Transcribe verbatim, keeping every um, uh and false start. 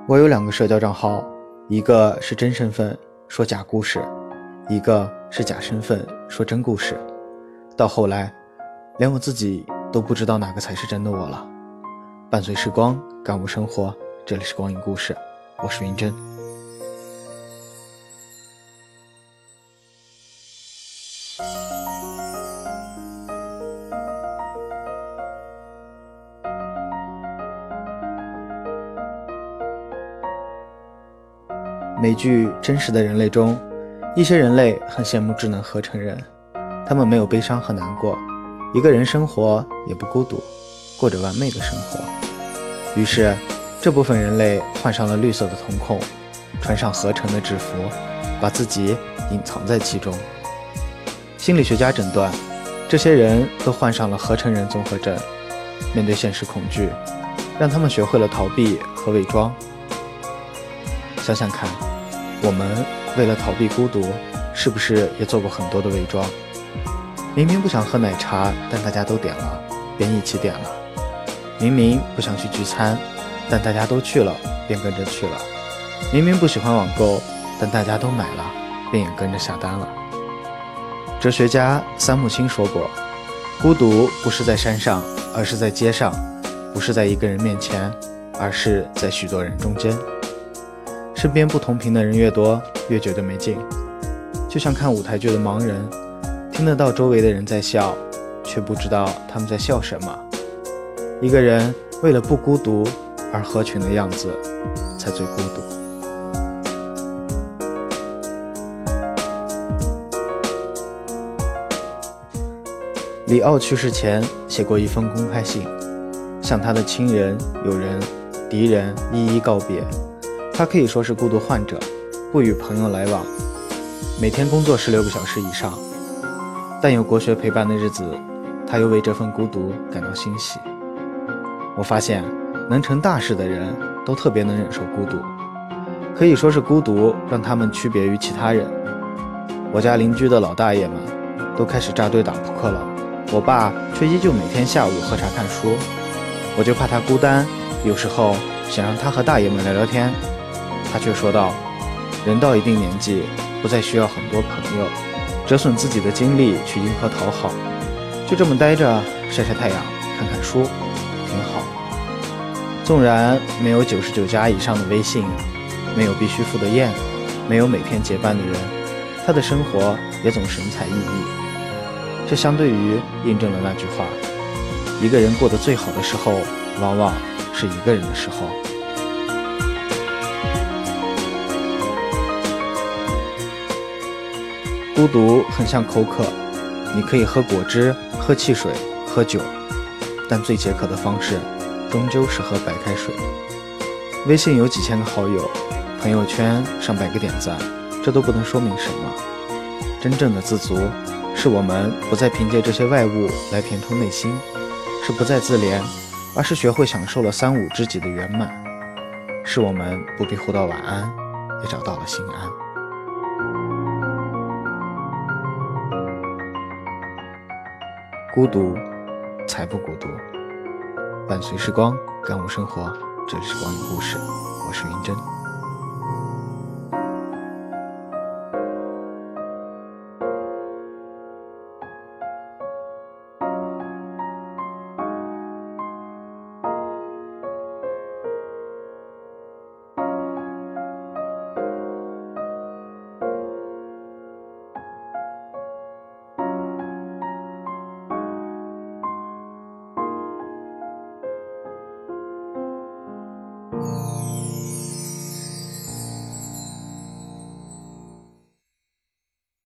我有两个社交账号，一个是真身份说假故事，一个是假身份说真故事。到后来，连我自己都不知道哪个才是真的我了。伴随时光，感悟生活，这里是光影故事，我是云真。美剧《真实的人类》中，一些人类很羡慕智能合成人，他们没有悲伤和难过，一个人生活也不孤独，过着完美的生活。于是这部分人类换上了绿色的瞳孔，穿上合成的制服，把自己隐藏在其中。心理学家诊断，这些人都患上了合成人综合症，面对现实恐惧，让他们学会了逃避和伪装。想想看，我们为了逃避孤独，是不是也做过很多的伪装？明明不想喝奶茶，但大家都点了，便一起点了。明明不想去聚餐，但大家都去了，便跟着去了。明明不喜欢网购，但大家都买了，便也跟着下单了。哲学家三木清说过，孤独不是在山上，而是在街上；不是在一个人面前，而是在许多人中间。身边不同频的人越多，越觉得没劲。就像看舞台剧的盲人，听得到周围的人在笑，却不知道他们在笑什么。一个人为了不孤独而合群的样子，才最孤独。李奥去世前写过一封公开信，向他的亲人、友人、敌人一一告别。他可以说是孤独患者，不与朋友来往，每天工作十六个小时以上，但有国学陪伴的日子，他又为这份孤独感到欣喜。我发现能成大事的人都特别能忍受孤独，可以说是孤独让他们区别于其他人。我家邻居的老大爷们都开始扎堆打扑克了，我爸却依旧每天下午喝茶看书。我就怕他孤单，有时候想让他和大爷们聊聊天，他却说道，人到一定年纪，不再需要很多朋友，折损自己的精力去迎合讨好，就这么待着，晒晒太阳，看看书，挺好。纵然没有九十九加以上的微信，没有必须赴的宴，没有每天结伴的人，他的生活也总神采奕奕。这相对于印证了那句话，一个人过得最好的时候，往往是一个人的时候。孤独很像口渴，你可以喝果汁、喝汽水、喝酒，但最解渴的方式终究是喝白开水。微信有几千个好友，朋友圈上百个点赞，这都不能说明什么。真正的自足，是我们不再凭借这些外物来填充内心，是不再自怜，而是学会享受了三五知己的圆满，是我们不必互道晚安，也找到了心安。孤独才不孤独，伴随时光，感悟生活，这里是光影故事，我是云真。